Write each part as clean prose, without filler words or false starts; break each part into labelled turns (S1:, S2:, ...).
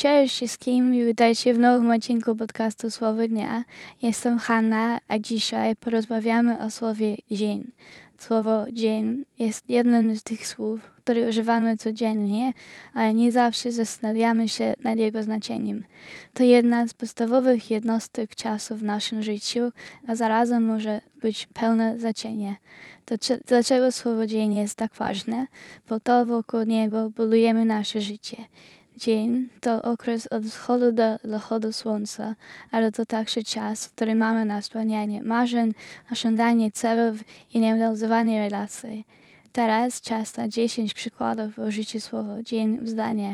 S1: Cześć wszystkim i witajcie w nowym odcinku podcastu Słowo Dnia. Jestem Hanna, a dzisiaj porozmawiamy o słowie dzień. Słowo dzień jest jednym z tych słów, które używamy codziennie, ale nie zawsze zastanawiamy się nad jego znaczeniem. To jedna z podstawowych jednostek czasu w naszym życiu, a zarazem może być pełne znaczenie. Dlaczego słowo dzień jest tak ważne? Bo to wokół niego budujemy nasze życie. Dzień to okres od wschodu do zachodu słońca, ale to także czas, w którym mamy na spełnianie marzeń, osiąganie celów i realizowanie relacji. Teraz czas na 10 przykładów użycia słowa dzień w zdaniach.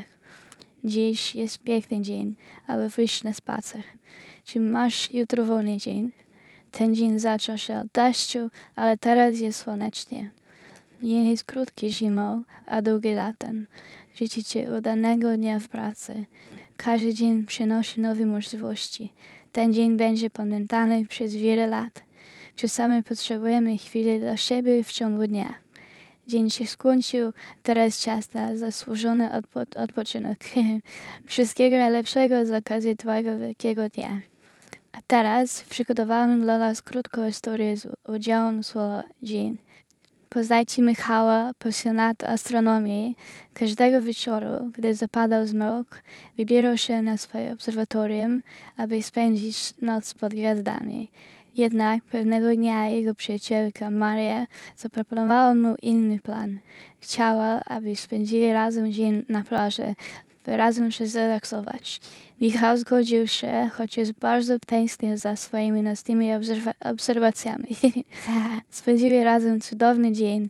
S1: Dziś jest piękny dzień, aby wyjść na spacer. Czy masz jutro wolny dzień? Ten dzień zaczął się od deszczu, ale teraz jest słonecznie. Dzień jest krótki zimą, a długi latem. Życzę Ci udanego dnia w pracy. Każdy dzień przynosi nowe możliwości. Ten dzień będzie pamiętany przez wiele lat. Czasami potrzebujemy chwili dla siebie w ciągu dnia. Dzień się skończył, teraz czas na zasłużony odpoczynek. Wszystkiego najlepszego z okazji Twojego wielkiego dnia. A teraz przygotowałem dla Was krótką historię z udziałem słowa dzień. Poznajcie Michała, pasjonata astronomii. Każdego wieczoru, gdy zapadał zmrok, wybierał się na swoje obserwatorium, aby spędzić noc pod gwiazdami. Jednak pewnego dnia jego przyjacielka Maria zaproponowała mu inny plan. Chciała, aby spędzili razem dzień na plaży, by razem się zrelaksować. Michał zgodził się, choć jest bardzo tęsknił za swoimi nocnymi obserwacjami. Spędzili razem cudowny dzień,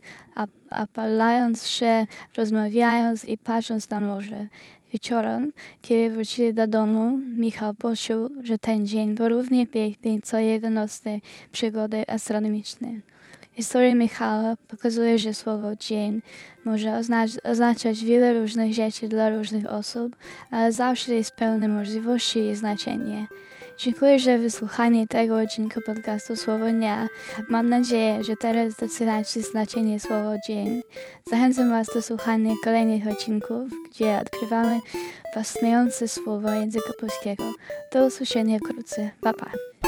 S1: opalając się, rozmawiając i patrząc na morze. Wieczorem, kiedy wrócili do domu, Michał poczuł, że ten dzień był równie piękny, co jego nocne przygody astronomiczne. Historia Michała pokazuje, że słowo dzień może oznaczać wiele różnych rzeczy dla różnych osób, ale zawsze jest pełne możliwości i znaczenia. Dziękuję za wysłuchanie tego odcinka podcastu Słowo Dnia. Mam nadzieję, że teraz doceniacie znaczenie słowa dzień. Zachęcam Was do słuchania kolejnych odcinków, gdzie odkrywamy fascynujące słowa języka polskiego. Do usłyszenia wkrótce. Pa, pa.